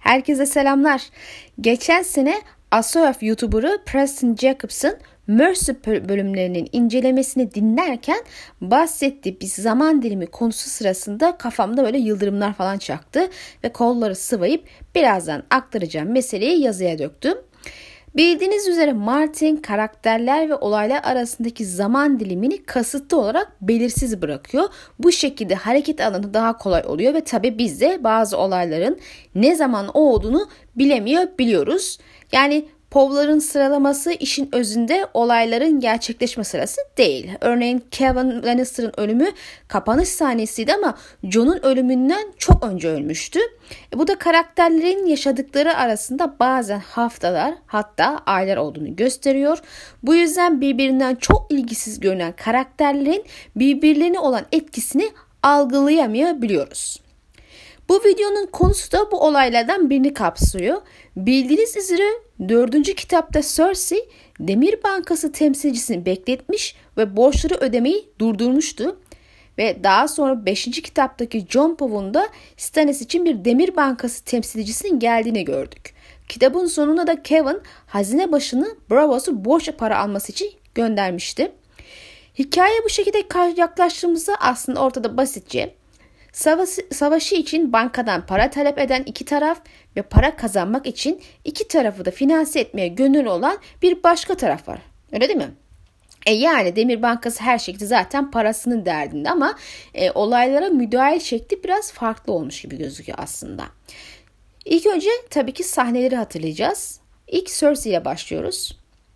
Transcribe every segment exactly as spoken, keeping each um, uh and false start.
Herkese selamlar. Geçen sene Asoyaf YouTuber'ı Preston Jacobs'ın Mercy bölümlerinin incelemesini dinlerken bahsettiği bir zaman dilimi konusu sırasında kafamda böyle yıldırımlar falan çaktı ve kolları sıvayıp birazdan aktaracağım meseleyi yazıya döktüm. Bildiğiniz üzere Martin karakterler ve olaylar arasındaki zaman dilimini kasıtlı olarak belirsiz bırakıyor. Bu şekilde hareket alanı daha kolay oluyor ve tabii biz de bazı olayların ne zaman olduğunu bilemiyor biliyoruz. Yani Povların sıralaması işin özünde olayların gerçekleşme sırası değil. Örneğin Kevin Lannister'ın ölümü kapanış sahnesiydi ama Jon'un ölümünden çok önce ölmüştü. E bu da karakterlerin yaşadıkları arasında bazen haftalar hatta aylar olduğunu gösteriyor. Bu yüzden birbirinden çok ilgisiz görünen karakterlerin birbirlerine olan etkisini algılayamayabiliyoruz. Bu videonun konusu da bu olaylardan birini kapsıyor. Bildiğiniz üzere dördüncü kitapta Cersei Demir Bankası temsilcisini bekletmiş ve borçları ödemeyi durdurmuştu. Ve daha sonra beşinci kitaptaki Jon Pov'un da Stannis için bir Demir Bankası temsilcisinin geldiğini gördük. Kitabın sonunda da Kevin hazine başını Bravos'u borç para alması için göndermişti. Hikaye bu şekilde yaklaştığımızda aslında ortada basitçe Savaşı, savaşı için bankadan para talep eden iki taraf ve para kazanmak için iki tarafı da finanse etmeye gönüllü olan bir başka taraf var. Öyle değil mi? E yani Demir Bankası her şekilde zaten parasının derdinde ama e, olaylara müdahale şekli biraz farklı olmuş gibi gözüküyor aslında. İlk önce tabii ki sahneleri hatırlayacağız. İlk Cersei'ye başlıyoruz.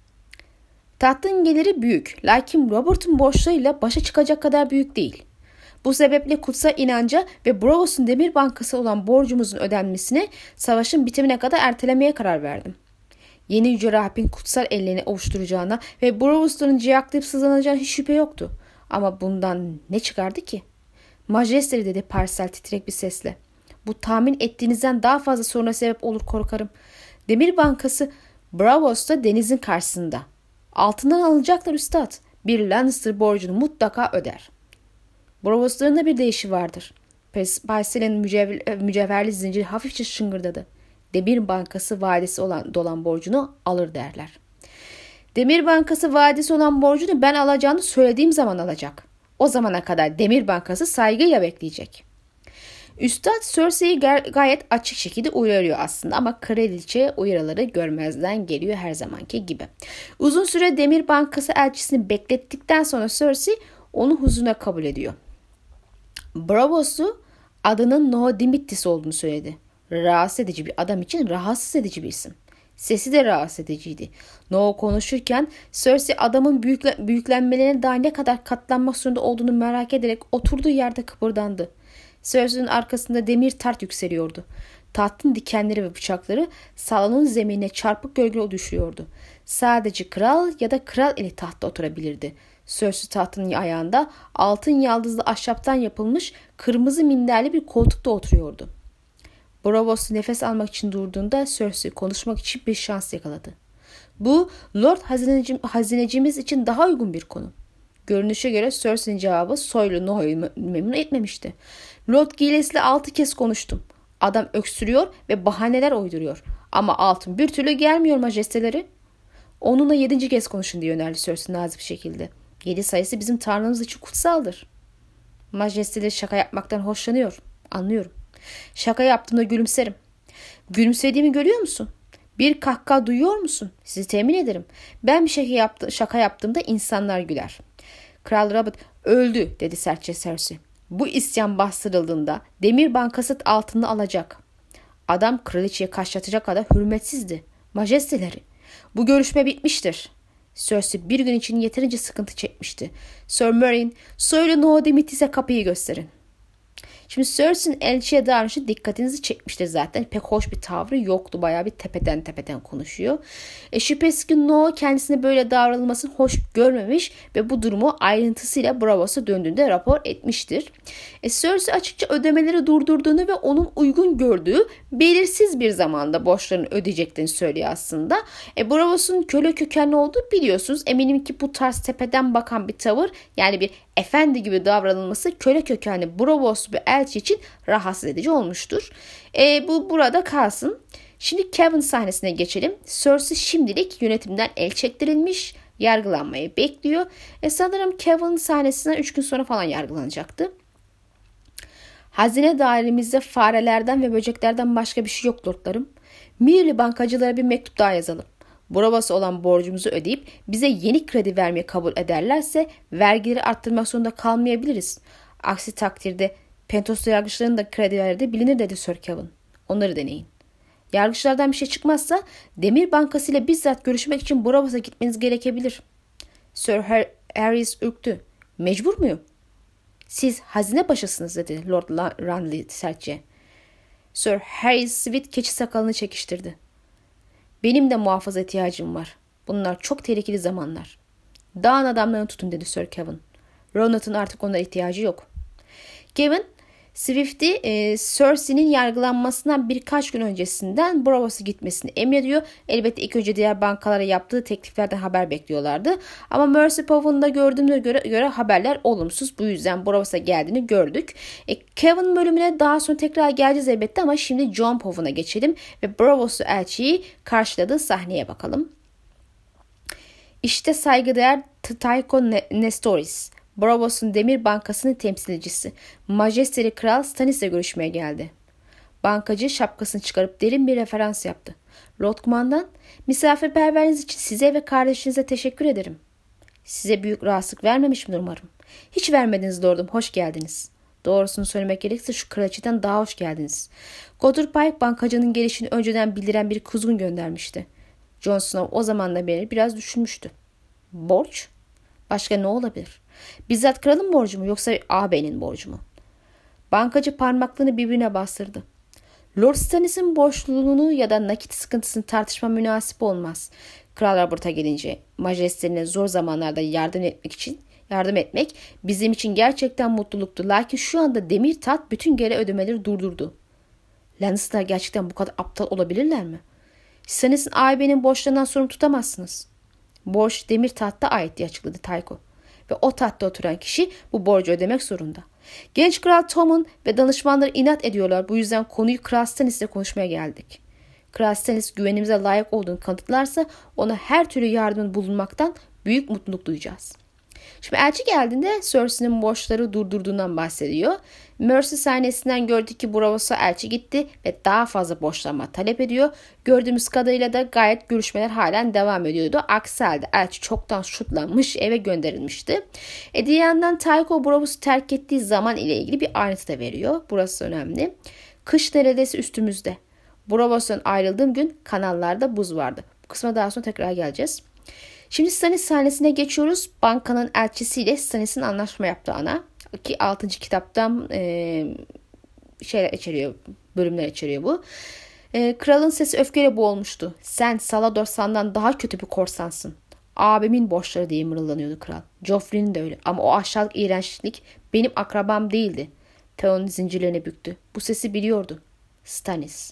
Tahtın geliri büyük, lakin Robert'ın borçlarıyla başa çıkacak kadar büyük değil. Bu sebeple kutsal inanca ve Bravos'un Demir Bankası olan borcumuzun ödenmesini savaşın bitimine kadar ertelemeye karar verdim. Yeni Yüce Rahip'in kutsal ellerini ovuşturacağına ve Bravos'ların ciyaklayıp sızlanacağına hiç şüphe yoktu. Ama bundan ne çıkardı ki? Majesteleri dedi Parsel titrek bir sesle. Bu tahmin ettiğinizden daha fazla soruna sebep olur korkarım. Demir Bankası Bravos'ta denizin karşısında. Altından alacaklar üstad. Bir Lannister borcunu mutlaka öder. Bravos'ların da bir deyişi vardır. Parsel'in mücevher, mücevherli zinciri hafifçe şıngırdadı. Demir Bankası vadesi olan dolan borcunu alır derler. Demir Bankası vadesi olan borcunu ben alacağını söylediğim zaman alacak. O zamana kadar Demir Bankası saygıyla bekleyecek. Üstad Cersei'yi gayet açık şekilde uyarıyor aslında ama kraliçe uyarıları görmezden geliyor her zamanki gibi. Uzun süre Demir Bankası elçisini beklettikten sonra Cersei onu huzuruna kabul ediyor. Bravos'u adının No Dimittis olduğunu söyledi. Rahatsız edici bir adam için rahatsız edici bir isim. Sesi de rahatsız ediciydi. No konuşurken Cersei adamın büyükle, büyüklenmelerine daha ne kadar katlanmak zorunda olduğunu merak ederek oturduğu yerde kıpırdandı. Cersei'nin arkasında demir tart yükseliyordu. Tahtın dikenleri ve bıçakları salonun zeminine çarpık gölge düşüyordu. Sadece kral ya da kral eli tahtta oturabilirdi. Cersei tahtının ayağında altın yaldızlı ahşaptan yapılmış kırmızı minderli bir koltukta oturuyordu. Braavos nefes almak için durduğunda Cersei konuşmak için bir şans yakaladı. Bu Lord hazinecim, hazinecimiz için daha uygun bir konu. Görünüşe göre Cersei'nin cevabı soylu Noah'yı memnun etmemişti. Lord Giles'le altı kez konuştum. Adam öksürüyor ve bahaneler uyduruyor. Ama altın bir türlü gelmiyor majesteleri. Onunla yedinci kez konuşun diye önerdi Cersei nazik bir şekilde. Yedi sayısı bizim tanrımız için kutsaldır. Majesteleri şaka yapmaktan hoşlanıyor. Anlıyorum. Şaka yaptığımda gülümserim. Gülümsediğimi görüyor musun? Bir kahkaha duyuyor musun? Sizi temin ederim. Ben bir şaka, yaptı, şaka yaptığımda insanlar güler. Kral Robert öldü dedi sertçe Cersei. Bu isyan bastırıldığında Demir Bankası altında alacak. Adam kraliçeye kaşlatacak kadar hürmetsizdi. Majesteleri. Bu görüşme bitmiştir. Cersei bir gün için yeterince sıkıntı çekmişti. Sir Meryn, söyle No Dimittis'e kapıyı gösterin. Şimdi Cersei'nin elçiye davranışı dikkatinizi çekmiştir zaten. Pek hoş bir tavrı yoktu. Bayağı bir tepeden tepeden konuşuyor. E, şüphesiz ki No kendisine böyle davranılmasını hoş görmemiş ve bu durumu ayrıntısıyla Braavos'a döndüğünde rapor etmiştir. E, Cersei açıkça ödemeleri durdurduğunu ve onun uygun gördüğü belirsiz bir zamanda borçlarını ödeyeceklerini söylüyor aslında. E, Braavos'un köle kökenli olduğu biliyorsunuz. Eminim ki bu tarz tepeden bakan bir tavır yani bir efendi gibi davranılması köle kökenli Braavoslu bir elçi için rahatsız edici olmuştur. E, bu burada kalsın. Şimdi Kevin sahnesine geçelim. Cersei şimdilik yönetimden el çektirilmiş, yargılanmayı bekliyor. E, sanırım Kevin sahnesinden üç gün sonra falan yargılanacaktı. Hazine dairimizde farelerden ve böceklerden başka bir şey yok lordlarım. Mirli bankacılara bir mektup daha yazalım. Braavos'a olan borcumuzu ödeyip bize yeni kredi vermeyi kabul ederlerse vergileri arttırmak zorunda kalmayabiliriz. Aksi takdirde Pentoslu yargıçların da kredi verdiği bilinir dedi Sir Kevin. Onları deneyin. Yargıçlardan bir şey çıkmazsa Demir Bankası ile bizzat görüşmek için Braavos'a gitmeniz gerekebilir. Sir Harris ürktü. Mecbur muyum? Siz hazine başısınız dedi Lord Randley sertçe. Sir Harris Sweet keçi sakalını çekiştirdi. Benim de muhafaza ihtiyacım var. Bunlar çok tehlikeli zamanlar. Dağın adamlarını tutun dedi Sir Kevin. Ronald'ın artık onlara ihtiyacı yok. Kevin, Swift'i e, Cersei'nin yargılanmasından birkaç gün öncesinden Braavos'a gitmesini emrediyor. Elbette ilk önce diğer bankalara yaptığı tekliflerden haber bekliyorlardı. Ama Mercy Powell'da gördüğümüze göre, göre haberler olumsuz. Bu yüzden Braavos'a geldiğini gördük. E, Kevin bölümüne daha sonra tekrar geleceğiz elbette ama şimdi Jon Powell'a geçelim ve Braavos'lu elçiyi karşıladığı sahneye bakalım. İşte saygıdeğer Tycho Nestoris. Braavos'un Demir Bankası'nın temsilcisi Majesteli Kral Stannis'le görüşmeye geldi. Bankacı şapkasını çıkarıp derin bir referans yaptı. Lord Kumandan, misafirperverliğiniz için size ve kardeşinize teşekkür ederim. Size büyük rahatsızlık vermemişimdir umarım. Hiç vermediniz lordum, hoş geldiniz. Doğrusunu söylemek gerekirse şu kraliçeden daha hoş geldiniz. Godric Pike bankacının gelişini önceden bildiren bir kuzgun göndermişti. Jon Snow o zamandan beri biraz düşünmüştü. Borç? Başka ne olabilir? Bizzat kralın borcu mu yoksa ağabeyinin borcu mu? Bankacı parmaklarını birbirine bastırdı. Lord Stannis'in borçluluğunu ya da nakit sıkıntısını tartışma münasip olmaz. Kral Robert'a gelince majestelerine zor zamanlarda yardım etmek için yardım etmek bizim için gerçekten mutluluktu. Lakin şu anda demir tat bütün geri ödemeleri durdurdu. Lannister gerçekten bu kadar aptal olabilirler mi? Stannis'in ağabeyinin borçlarından sorumlu tutamazsınız. Borç demir tahta ait diye açıkladı Tycho. Ve o tahtta oturan kişi bu borcu ödemek zorunda. Genç Kral Tommen ve danışmanları inat ediyorlar. Bu yüzden konuyu Kral Stannis'le konuşmaya geldik. Kral Stannis güvenimize layık olduğunu kanıtlarsa ona her türlü yardımın bulunmaktan büyük mutluluk duyacağız. Şimdi elçi geldiğinde Cersei'nin borçları durdurduğundan bahsediyor. Mercy sahnesinden gördük ki Braavos'a elçi gitti ve daha fazla borçlanma talep ediyor. Gördüğümüz kadarıyla da gayet görüşmeler halen devam ediyordu. Aksi halde elçi çoktan şutlanmış, eve gönderilmişti. E diğer yandan Tycho Braavos'u terk ettiği zaman ile ilgili bir ayrıntı da veriyor. Burası önemli. Kış neredeyse üstümüzde. Braavos'tan ayrıldığım gün kanallarda buz vardı. Bu kısma daha sonra tekrar geleceğiz. Şimdi Stannis sahnesine geçiyoruz. Bankanın elçisiyle Stannis'in anlaşma yaptığı ana. Ki altıncı kitaptan e, şeyler içeriyor, bölümler içeriyor bu. E, kralın sesi öfkeyle boğulmuştu. Sen Salador San'dan daha kötü bir korsansın. Abimin borçları diye mırıldanıyordu kral. Joffrey'nin de öyle. Ama o aşağılık iğrençlik benim akrabam değildi. Theon'un zincirlerini büktü. Bu sesi biliyordu. Stannis.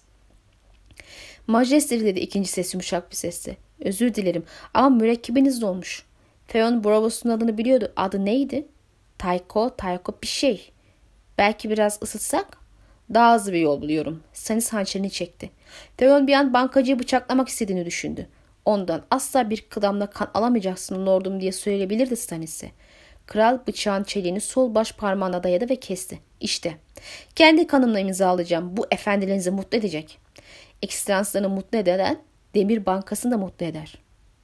Majesteli dedi ikinci ses yumuşak bir sesle. Özür dilerim ama mürekkebiniz dolmuş. Theon Braavos'un adını biliyordu. Adı neydi? Tycho, Tycho bir şey. Belki biraz ısıtsak? Daha hızlı bir yol buluyorum. Stannis hançerini çekti. Theon bir an bankacıyı bıçaklamak istediğini düşündü. Ondan asla bir kıdamla kan alamayacaksın lordum diye söyleyebilirdi Stannis'e. Kral bıçağın çeliğini sol baş parmağına dayadı ve kesti. İşte kendi kanımla imzalayacağım. Bu efendilerinizi mutlu edecek. Ekstranslarını mutlu eden Demir Bankası'nı da mutlu eder.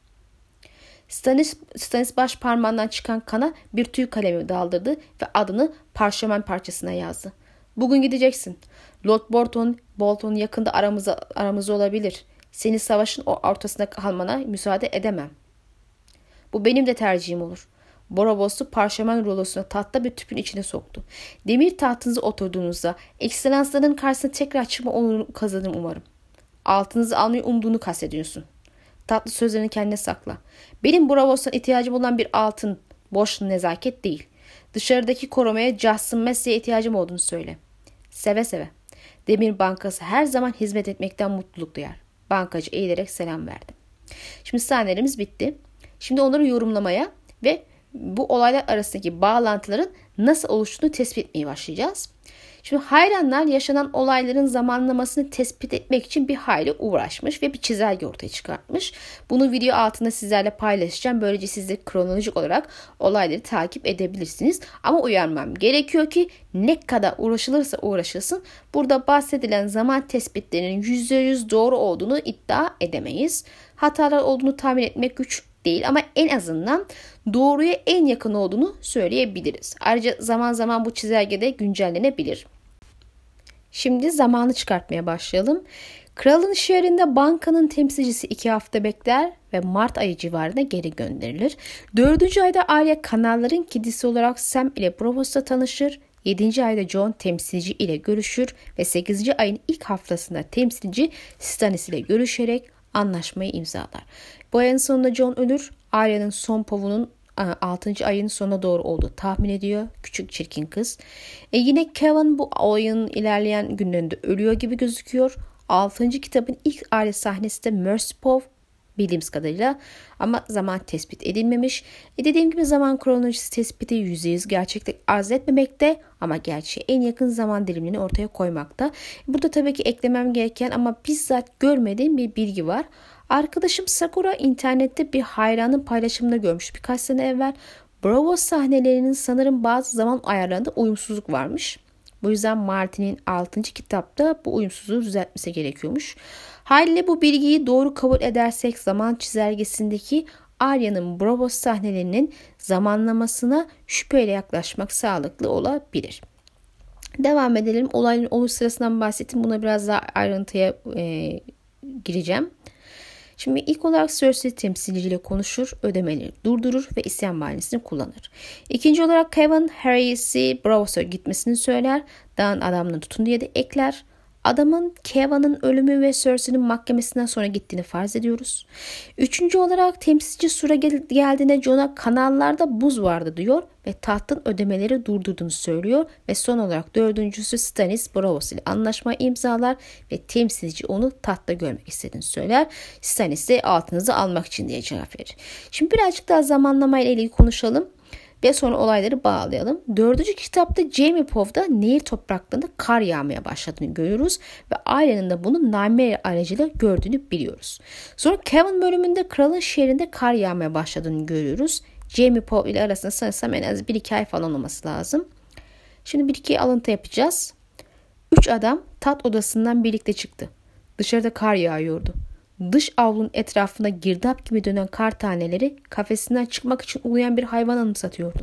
Stannis, Stannis baş parmağından çıkan kana bir tüy kalemi daldırdı ve adını parşömen parçasına yazdı. Bugün gideceksin. Lord Bolton, Bolton yakında aramızda, aramızda olabilir. Seni savaşın o ortasında kalmana müsaade edemem. Bu benim de tercihim olur. Braavos'u parşömen rulosuna tahta bir tüpün içine soktu. Demir tahtınıza oturduğunuzda ekselansların karşısına tekrar çıkma onurunu kazanırım umarım. Altınızı almayı umduğunu kastediyorsun. Tatlı sözlerini kendine sakla. Benim Braavos'tan ihtiyacım olan bir altın, boş nezaket değil. Dışarıdaki korumaya Justin Massey'e ihtiyacım olduğunu söyle. Seve seve. Demir Bankası her zaman hizmet etmekten mutluluk duyar. Bankacı eğilerek selam verdi. Şimdi sahnelerimiz bitti. Şimdi onları yorumlamaya ve bu olaylar arasındaki bağlantıların nasıl oluştuğunu tespit etmeye başlayacağız. Şimdi hayranlar yaşanan olayların zamanlamasını tespit etmek için bir hayli uğraşmış ve bir çizelge ortaya çıkartmış. Bunu video altında sizlerle paylaşacağım. Böylece siz de kronolojik olarak olayları takip edebilirsiniz. Ama uyarmam gerekiyor ki ne kadar uğraşılırsa uğraşılsın burada bahsedilen zaman tespitlerinin yüzde yüz doğru olduğunu iddia edemeyiz. Hatalar olduğunu tahmin etmek güç değil ama en azından doğruya en yakın olduğunu söyleyebiliriz. Ayrıca zaman zaman bu çizelgede güncellenebilir. Şimdi zamanı çıkartmaya başlayalım. Kralın şehrinde bankanın temsilcisi iki hafta bekler ve Mart ayı civarında geri gönderilir. Dördüncü ayda Arya kanalların kedisi olarak Sam ile Bravos'ta tanışır. Yedinci ayda Jon temsilci ile görüşür ve sekizinci ayın ilk haftasında temsilci Stannis ile görüşerek anlaşmayı imzalar. Bu ayın sonunda Jon ölür. Arya'nın son povunun altıncı ayın sonuna doğru olduğu tahmin ediyor. Küçük çirkin kız. E yine Kevan bu ayın ilerleyen günlerinde ölüyor gibi gözüküyor. altıncı kitabın ilk Arya sahnesi de Mercy Pov bildiğimiz kadarıyla ama zaman tespit edilmemiş. E dediğim gibi zaman kronolojisi tespiti yüzde yüz gerçeklik arz etmemekte ama gerçeğe en yakın zaman dilimini ortaya koymakta. Burada tabii ki eklemem gereken ama bizzat görmediğim bir bilgi var. Arkadaşım Sakura internette bir hayranın paylaşımında görmüş birkaç sene evvel. Braavos sahnelerinin sanırım bazı zaman ayarlarında uyumsuzluk varmış. Bu yüzden Martin'in altıncı kitapta bu uyumsuzluğu düzeltmesi gerekiyormuş. Haliyle bu bilgiyi doğru kabul edersek zaman çizelgesindeki Arya'nın Braavos sahnelerinin zamanlamasına şüpheyle yaklaşmak sağlıklı olabilir. Devam edelim. Olayın oluş sırasından bahsettim. Buna biraz daha ayrıntıya e, gireceğim. Şimdi ilk olarak Cersei temsilciyle konuşur, ödemeleri durdurur ve isyan bahanesini kullanır. İkinci olarak Kevan Harris'i Braavos'a gitmesini söyler. Dağın adamını tutun diye de ekler. Adamın Kevan'ın ölümü ve Cersei'nin mahkemesinden sonra gittiğini farz ediyoruz. Üçüncü olarak temsilci Sura geldiğinde Jon'a kanallarda buz vardı diyor ve tahtın ödemeleri durdurduğunu söylüyor. Ve son olarak dördüncüsü Stannis Braavos ile anlaşma imzalar ve temsilci onu tahtta görmek istediğini söyler. Stannis de altınızı almak için diye cevap verir. Şimdi birazcık daha zamanlama ile ilgili konuşalım. Ve sonra olayları bağlayalım. Dördüncü kitapta Jaime Pov'da nehir topraklarında kar yağmaya başladığını görüyoruz. Ve ailenin de bunu Nymeria aracılığıyla gördüğünü biliyoruz. Sonra Kevan bölümünde kralın şehrinde kar yağmaya başladığını görüyoruz. Jaime Pov ile arasında sanırsam en az bir iki ay falan olması lazım. Şimdi bir iki alıntı yapacağız. Üç adam tat odasından birlikte çıktı. Dışarıda kar yağıyordu. Dış avlunun etrafında girdap gibi dönen kar taneleri kafesinden çıkmak için uluyan bir hayvan anımsatıyordu.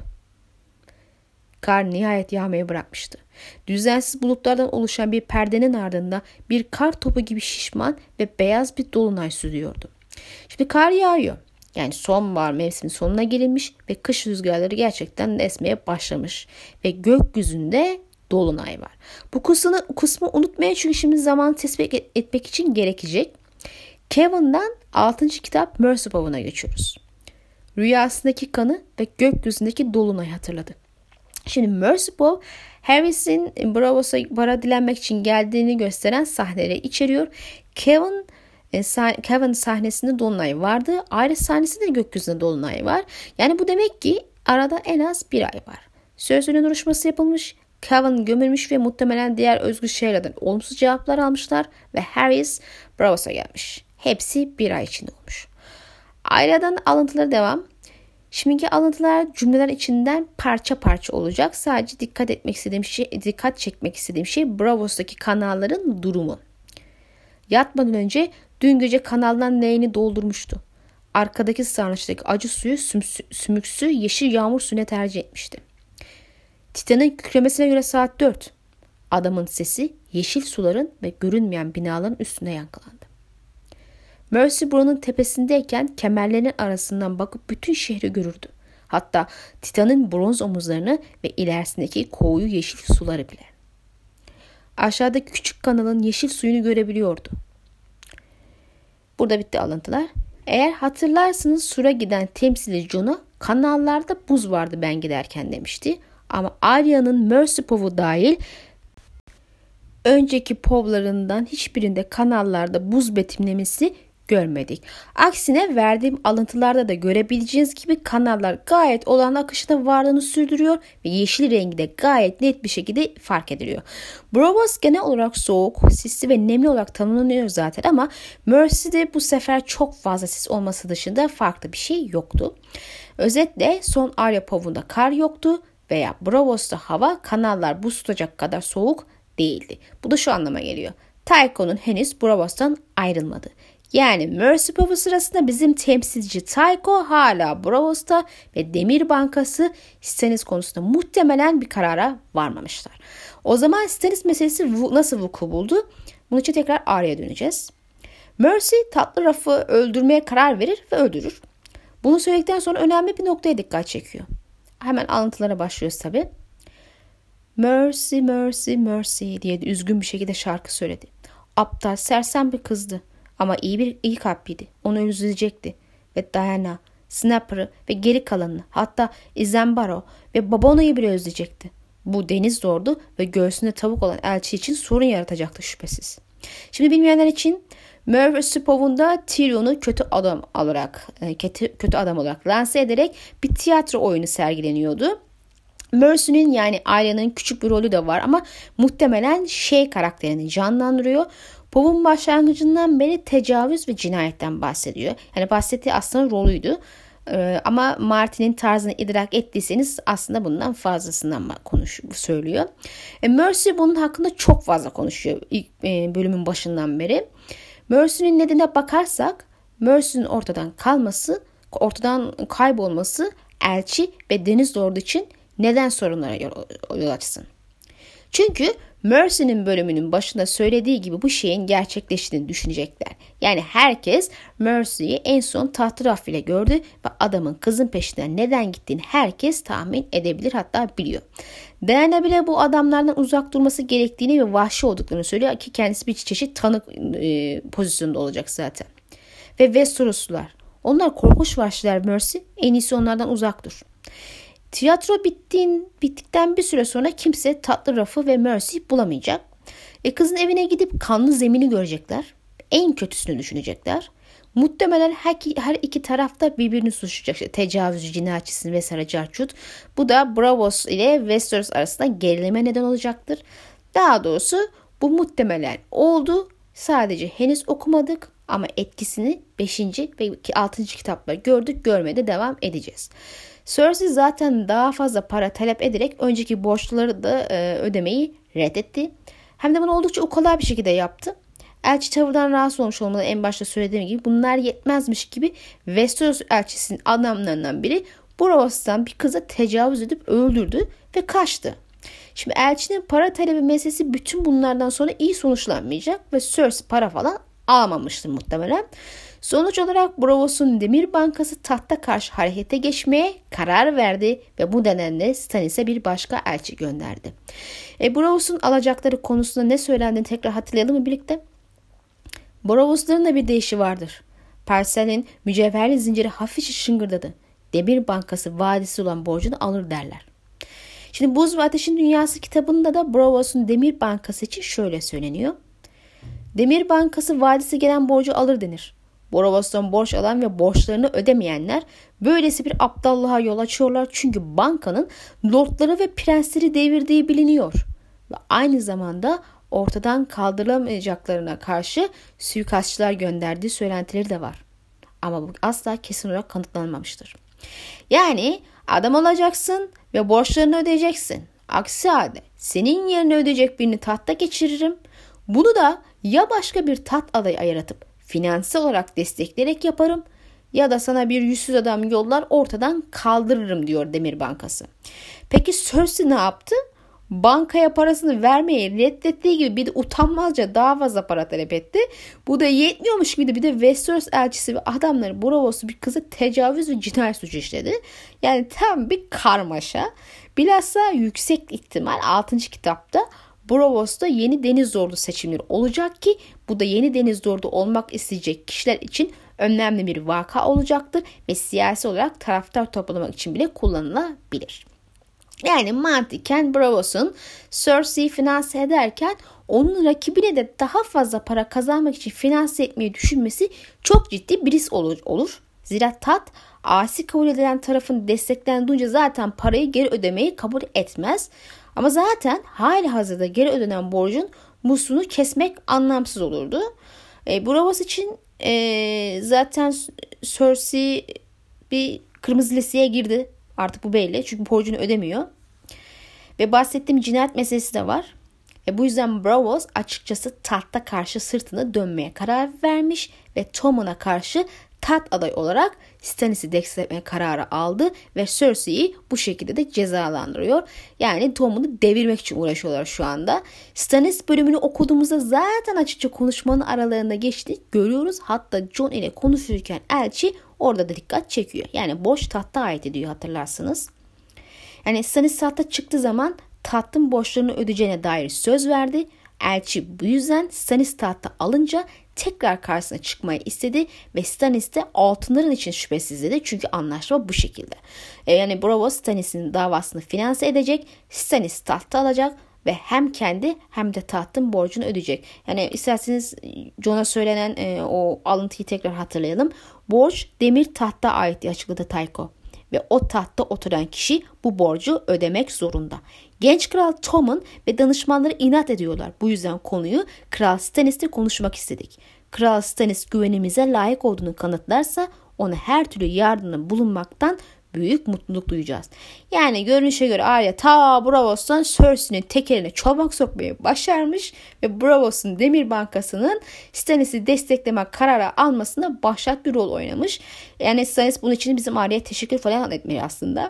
Kar nihayet yağmaya bırakmıştı. Düzensiz bulutlardan oluşan bir perdenin ardında bir kar topu gibi şişman ve beyaz bir dolunay sürüyordu. Şimdi kar yağıyor. Yani sonbahar mevsiminin sonuna gelinmiş ve kış rüzgarları gerçekten esmeye başlamış. Ve gökyüzünde dolunay var. Bu kısmını, kısmı unutmayın çünkü şimdi zamanı tespit etmek için gerekecek. Kevan'dan altıncı kitap Mercy Pov'una geçiyoruz. Rüyasındaki kanı ve gökyüzündeki dolunayı hatırladı. Şimdi Mercy Pov, Harris'in Braavos'a para dilenmek için geldiğini gösteren sahneleri içeriyor. Kevan, e, sah- Kevan sahnesinde dolunay vardı. Ayrı sahnesinde de gökyüzünde dolunay var. Yani bu demek ki arada en az bir ay var. Sözlüğün duruşması yapılmış. Kevan gömülmüş ve muhtemelen diğer özgür şeylerden olumsuz cevaplar almışlar ve Harris Braavos'a gelmiş. Hepsi bir ay içinde olmuş. Ayrıdan alıntıları devam. Şimdiki alıntılar cümleler içinden parça parça olacak. Sadece dikkat etmek istediğim şey, dikkat çekmek istediğim şey Braavos'taki kanalların durumu. Yatmadan önce dün gece kanaldan leğeni doldurmuştu. Arkadaki sarnıçtaki acı suyu sümsü, sümüksü yeşil yağmur suyuna tercih etmişti. Titan'ın kükremesine göre saat dört. Adamın sesi yeşil suların ve görünmeyen binaların üstünde yankılandı. Mercy Buranın tepesindeyken kemerlerinin arasından bakıp bütün şehri görürdü. Hatta Titan'ın bronz omuzlarını ve ilerisindeki koyu yeşil suları bile. Aşağıdaki küçük kanalın yeşil suyunu görebiliyordu. Burada bitti alıntılar. Eğer hatırlarsınız Sur'a giden temsilci Jon'a kanallarda buz vardı ben giderken demişti. Ama Arya'nın Mercy Pov'u dahil önceki povlarından hiçbirinde kanallarda buz betimlemesi görmedik. Aksine verdiğim alıntılarda da görebileceğiniz gibi kanallar gayet olağan akışında varlığını sürdürüyor ve yeşil rengi de gayet net bir şekilde fark ediliyor. Bravos genel olarak soğuk, sisli ve nemli olarak tanımlanıyor zaten ama Mercy'de bu sefer çok fazla sis olması dışında farklı bir şey yoktu. Özetle son Arya Pov'unda kar yoktu veya Bravos'ta hava kanallar buz tutacak kadar soğuk değildi. Bu da şu anlama geliyor. Tycho'nun henüz Bravos'tan ayrılmadı. Yani Mercy Pov'u sırasında bizim temsilci Tycho hala Bravos'ta ve Demir Bankası Stannis konusunda muhtemelen bir karara varmamışlar. O zaman Stannis meselesi nasıl vuku buldu? Bunun için tekrar Arya'ya döneceğiz. Mercy tatlı Ruff'ı öldürmeye karar verir ve öldürür. Bunu söyledikten sonra önemli bir noktaya dikkat çekiyor. Hemen alıntılara başlıyoruz tabii. Mercy, Mercy, Mercy diye üzgün bir şekilde şarkı söyledi. Aptal, sersem bir kızdı. Ama iyi bir iyi kalpliydi. Onu üzülecekti. Ve Diana, Snapper'ı ve geri kalanını, hatta Izembaro ve Babona'yı bile özleyecekti. Bu deniz lordu ve göğsünde tavuk olan elçi için sorun yaratacaktı şüphesiz. Şimdi bilmeyenler için Mercy Pov'un da Tyrion'u kötü adam olarak kötü, kötü adam olarak lanse ederek bir tiyatro oyunu sergileniyordu. Mercy'nin yani Arya'nın küçük bir rolü de var ama muhtemelen şey karakterini canlandırıyor. Pov'un başlangıcından beri tecavüz ve cinayetten bahsediyor. Yani bahsettiği aslında rolüydü. Ee, ama Martin'in tarzını idrak ettiyseniz aslında bundan fazlasından konuş söylüyor. E, Mercy bunun hakkında çok fazla konuşuyor ilk e, bölümün başından beri. Mercy'nin nedenine bakarsak Mercy'nin ortadan kalması, ortadan kaybolması elçi ve deniz lordu için neden sorunlara yol açsın? Çünkü Mercy'nin bölümünün başında söylediği gibi bu şeyin gerçekleştiğini düşünecekler. Yani herkes Mercy'yi en son tahtı Ruff ile gördü ve adamın kızın peşinden neden gittiğini herkes tahmin edebilir, hatta biliyor. Diana bile bu adamlardan uzak durması gerektiğini ve vahşi olduklarını söylüyor ki kendisi bir çeşit tanık e, pozisyonda olacak zaten. Ve Westeroslular, onlar korkunç vahşiler Mercy, en iyisi onlardan uzak dur. Tiyatro bittiğin, bittikten bir süre sonra kimse tatlı Ruff'ı ve Mercy'yi bulamayacak. E kızın evine gidip kanlı zemini görecekler. En kötüsünü düşünecekler. Muhtemelen her, her iki tarafta birbirini suçlayacak. İşte tecavüzcü, cinayetçisin vesaire carcut. Bu da Bravos ile Westeros arasında gerileme neden olacaktır. Daha doğrusu bu muhtemelen oldu. Sadece henüz okumadık ama etkisini beşinci ve altıncı kitapta gördük, görmeye devam edeceğiz. Cersei zaten daha fazla para talep ederek önceki borçları da e, ödemeyi reddetti. Hem de bunu oldukça ukala bir şekilde yaptı. Elçi tavırdan rahatsız olmuş olmalı, en başta söylediğim gibi bunlar yetmezmiş gibi Westeros elçisinin adamlarından biri Bravos'tan bir kıza tecavüz edip öldürdü ve kaçtı. Şimdi elçinin para talebi meselesi bütün bunlardan sonra iyi sonuçlanmayacak ve Cersei para falan almamıştır muhtemelen. Sonuç olarak Bravos'un Demir Bankası tahta karşı harekete geçmeye karar verdi ve bu nedenle Stannis'e bir başka elçi gönderdi. E, Bravos'un alacakları konusunda ne söylendiğini tekrar hatırlayalım mı birlikte? Bravos'ların da bir deyişi vardır. Parsel'in mücevherli zinciri hafifçe şıngırdadı. Demir Bankası vadisi olan borcunu alır derler. Şimdi Buz ve Ateşin Dünyası kitabında da Bravos'un Demir Bankası için şöyle söyleniyor. Demir Bankası vadisi gelen borcu alır denir. Bravos'tan borç alan ve borçlarını ödemeyenler böylesi bir aptallığa yol açıyorlar çünkü bankanın lordları ve prensleri devirdiği biliniyor. Ve aynı zamanda ortadan kaldırılamayacaklarına karşı suikastçılar gönderdiği söylentileri de var. Ama bu asla kesin olarak kanıtlanmamıştır. Yani adam olacaksın ve borçlarını ödeyeceksin. Aksi halde senin yerine ödeyecek birini tahta geçiririm. Bunu da ya başka bir taht adayı ayartıp finansal olarak destekleyerek yaparım ya da sana bir yüzsüz adam yollar ortadan kaldırırım diyor Demir Bankası. Peki Cersei ne yaptı? Bankaya parasını vermeyi reddettiği gibi bir de utanmazca daha fazla para talep etti. Bu da yetmiyormuş gibi de bir de Westeros elçisi ve adamları Bravos'u bir kıza tecavüz ve cinayet suçu işledi. Yani tam bir karmaşa. Bilhassa yüksek ihtimal altıncı kitapta Bravos'ta yeni deniz lordu seçimleri olacak ki bu da yeni deniz lordu olmak isteyecek kişiler için önemli bir vaka olacaktır ve siyasi olarak taraftar toplamak için bile kullanılabilir. Yani mantıken Bravos'un Cersei'yi finanse ederken onun rakibine de daha fazla para kazanmak için finanse etmeyi düşünmesi çok ciddi bir risk olur. olur. Zira Tat asi kabul edilen tarafın desteklerini duyunca zaten parayı geri ödemeyi kabul etmez. Ama zaten hali hazırda geri ödenen borcun musluğunu kesmek anlamsız olurdu. E, Braavos için e, zaten Cersei bir kırmızı listeye girdi. Artık bu belli. Çünkü borcunu ödemiyor. Ve bahsettiğim cinayet meselesi de var. E, bu yüzden Braavos açıkçası tahta karşı sırtını dönmeye karar vermiş ve Tommen'a karşı taht adayı olarak Stannis'i desteklemeye kararı aldı ve Cersei'yi bu şekilde de cezalandırıyor. Yani Tommen'ı devirmek için uğraşıyorlar şu anda. Stannis bölümünü okuduğumuzda zaten açıkça konuşmanın aralarında geçti. Görüyoruz. Hatta Jon ile konuşurken elçi orada da dikkat çekiyor. Yani borç tahta ait ediyor, hatırlarsınız. Yani Stannis tahta çıktığı zaman tahtın borçlarını ödeyeceğine dair söz verdi. Elçi bu yüzden Stannis tahta alınca tekrar karşısına çıkmayı istedi ve Stannis de altınların için şüphesiz dedi. Çünkü anlaşma bu şekilde. E yani Braavos Stannis'in davasını finanse edecek. Stannis tahta alacak ve hem kendi hem de tahtın borcunu ödeyecek. Yani isterseniz Jon'a söylenen e, o alıntıyı tekrar hatırlayalım. Borç demir tahta ait diye açıkladı Tycho. Ve o tahtta oturan kişi bu borcu ödemek zorunda. Genç kral Tommen ve danışmanları inat ediyorlar. Bu yüzden konuyu Kral Stannis'le konuşmak istedik. Kral Stannis güvenimize layık olduğunu kanıtlarsa ona her türlü yardımda bulunmaktan büyük mutluluk duyacağız. Yani görünüşe göre Arya ta Braavos'tan Cersei'nin tekerine çomak sokmayı başarmış ve Braavos'un Demir Bankası'nın Stannis'i destekleme kararı almasında başat bir rol oynamış. Yani Stannis bunun için bizim Arya'ya teşekkür falan etmeli aslında.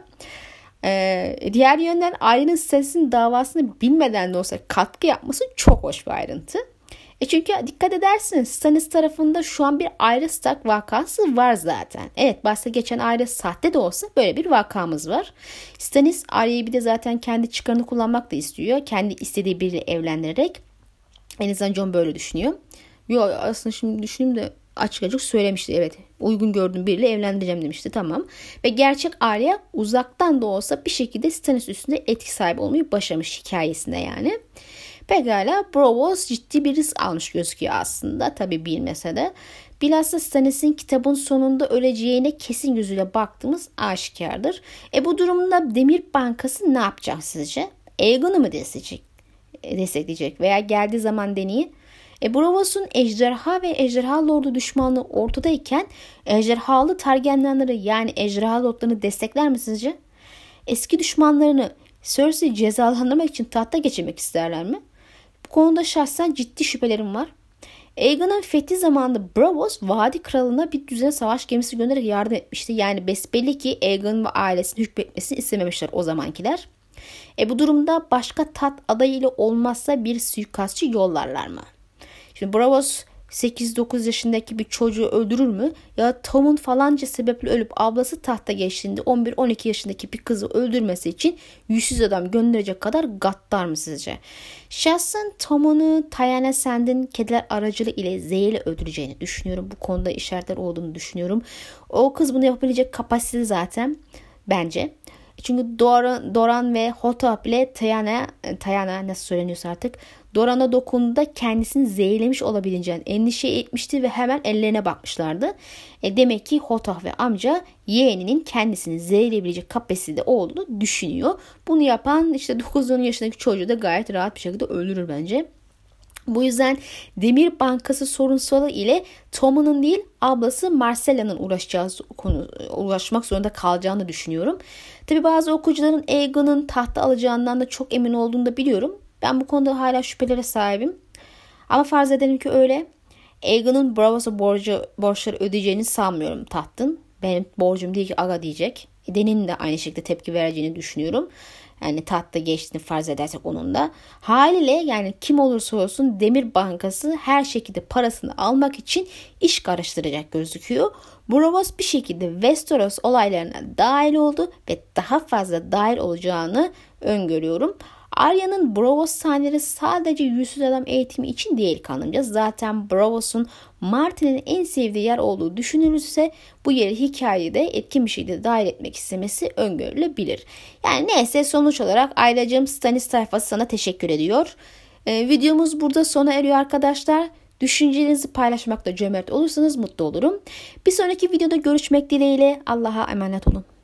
Ee, diğer yönden Arya'nın Stannis'in davasını bilmeden de olsa katkı yapması çok hoş bir ayrıntı. E çünkü dikkat edersiniz Stannis tarafında şu an bir Arya Stark vakası var zaten. Evet, bahse geçen Arya sahte de olsa böyle bir vakamız var. Stannis Arya'yı bir de zaten kendi çıkarını kullanmak da istiyor. Kendi istediği biriyle evlendirerek. En azından Jon böyle düşünüyor. Yo, aslında şimdi düşündüm de açık açık söylemişti. Evet, uygun gördüğüm biriyle evlendireceğim demişti, tamam. Ve gerçek Arya uzaktan da olsa bir şekilde Stannis üstünde etki sahibi olmayı başarmış hikayesinde yani. Pekala, Braavos ciddi bir risk almış gözüküyor aslında. Tabii bilmese de. Bilhassa Stannis'in kitabın sonunda öleceğine kesin gözüyle baktığımız aşikardır. E bu durumda Demir Bankası ne yapacak sizce? Aegon'u mu destekleyecek? destekleyecek veya geldiği zaman deneyi? E Braavos'un ejderha ve ejderha lordu düşmanlığı ortadayken ejderhalı Targaryenleri yani ejderha lordlarını destekler mi sizce? Eski düşmanlarını Cersei cezalandırmak için tahta geçirmek isterler mi? Bu konuda şahsen ciddi şüphelerim var. Aegon'un fethi zamanında Braavos Vadi Kralı'na bir düzen savaş gemisi göndererek yardım etmişti. Yani besbelli ki Aegon ve ailesinin hükmetmesini istememişler o zamankiler. E bu durumda başka tat adayıyla olmazsa bir suikastçı yollarlar mı? Şimdi Braavos sekiz dokuz yaşındaki bir çocuğu öldürür mü? Ya Tom'un falanca sebeple ölüp ablası tahta geçtiğinde on bir on iki yaşındaki bir kızı öldürmesi için yüzsüz adam gönderecek kadar gaddar mı sizce? Şahsen Tom'unu Tyanna Sand'in kediler aracılığı ile zehirle öldüreceğini düşünüyorum. Bu konuda işaretler olduğunu düşünüyorum. O kız bunu yapabilecek kapasiteli zaten bence. Çünkü Doran, Doran ve Hotep ile Tyanna, Tyanna nasıl söyleniyorsa artık Doran'a dokunduğunda kendisini zehirlemiş olabileceğini endişe etmişti ve hemen ellerine bakmışlardı. E demek ki Hotep ve amca yeğeninin kendisini zehirleyebilecek kapasitede olduğunu düşünüyor. Bunu yapan işte dokuz on yaşındaki çocuğu da gayet rahat bir şekilde öldürür bence. Bu yüzden Demir Bankası sorunsalı ile Tommen'ın değil ablası Myrcella'nın uğraşacağı konu uğraşmak zorunda kalacağını düşünüyorum. Tabi bazı okuyucuların Aegon'un tahta alacağından da çok emin olduğunu da biliyorum. Ben bu konuda hala şüphelere sahibim. Ama farz edelim ki öyle. Aegon'un Braavos'a borcu, borçları ödeyeceğini sanmıyorum tahtın. Benim borcum değil ki aga diyecek. Dany'nin de aynı şekilde tepki vereceğini düşünüyorum. Yani tahtta geçtiğini farz edersek onun da. Haliyle yani kim olursa olsun Demir Bankası her şekilde parasını almak için iş karıştıracak gözüküyor. Braavos bir şekilde Westeros olaylarına dahil oldu ve daha fazla dahil olacağını öngörüyorum. Arya'nın Braavos sahneleri sadece yüzsüz adam eğitimi için değil kanımca. Zaten Braavos'un Martin'in en sevdiği yer olduğu düşünülürse bu yeri hikayede etkin bir şekilde dahil etmek istemesi öngörülebilir. Yani neyse sonuç olarak ailacığım Stannis tayfası sana teşekkür ediyor. E, videomuz burada sona eriyor arkadaşlar. Düşüncelerinizi paylaşmakta cömert olursanız mutlu olurum. Bir sonraki videoda görüşmek dileğiyle. Allah'a emanet olun.